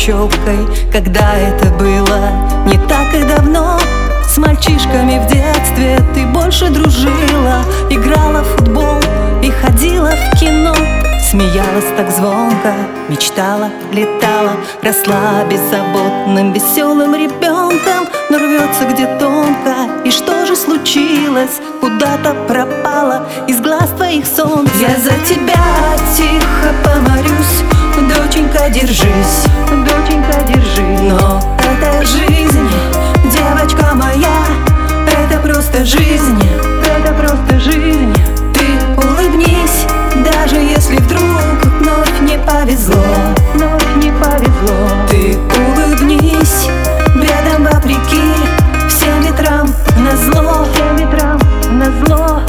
учебкой, когда это было не так и давно. С мальчишками в детстве ты больше дружила, играла в футбол и ходила в кино. Смеялась так звонко, мечтала, летала, росла беззаботным, веселым ребенком. Но рвется где тонко, и что же случилось? Куда-то пропала из глаз твоих солнце. Я за тебя тихо помолюсь, доченька, держись, доченька, держись. Но это жизнь, девочка моя, это просто жизнь, это просто жизнь. Ты улыбнись, даже если вдруг вновь не повезло, вновь не повезло. Ты улыбнись, бедам вопреки, всем ветрам назло, всем ветрам назло.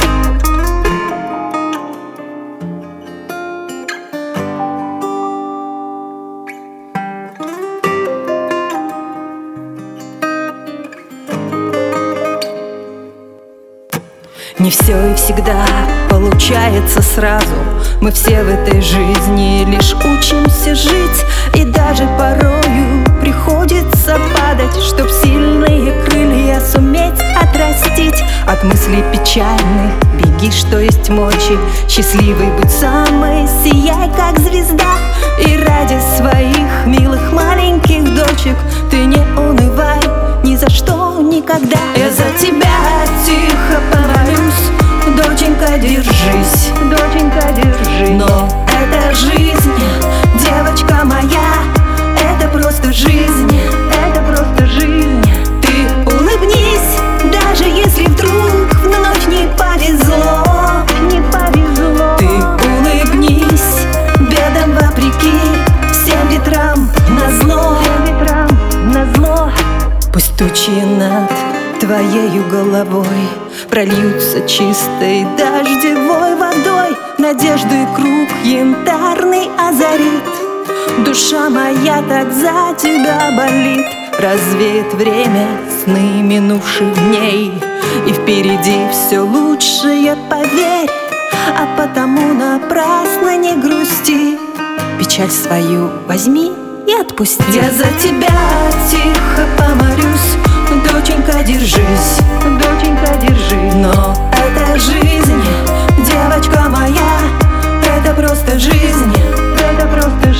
Не все и всегда получается сразу. Мы все в этой жизни лишь учимся жить, и даже порою приходится падать, чтоб сильные крылья суметь отрастить. От мыслей печальных беги, что есть мочи, счастливый будь самый, сияй как звезда. И ради своих милых маленьких дочек ты не унывай ни за что, никогда. Я за тебя тихо помолюсь, доченька, держись, доченька, держись. Но это жизнь, девочка моя, это просто жизнь, это просто жизнь. Ты улыбнись, даже если вдруг вновь не повезло, не повезло. Ты улыбнись, бедам вопреки, всем ветрам назло, всем ветрам назло. Пусть тучи над твоею головой прольются чистой дождевой водой, надежды круг янтарный озарит. Душа моя так за тебя болит, развеет время сны минувших дней, и впереди все лучшее, поверь. А потому напрасно не грусти, печаль свою возьми и отпусти. Я за тебя тихо помолюсь, доченька, держись, доченька, держись. Но это жизнь, девочка моя, это просто жизнь, это просто жизнь.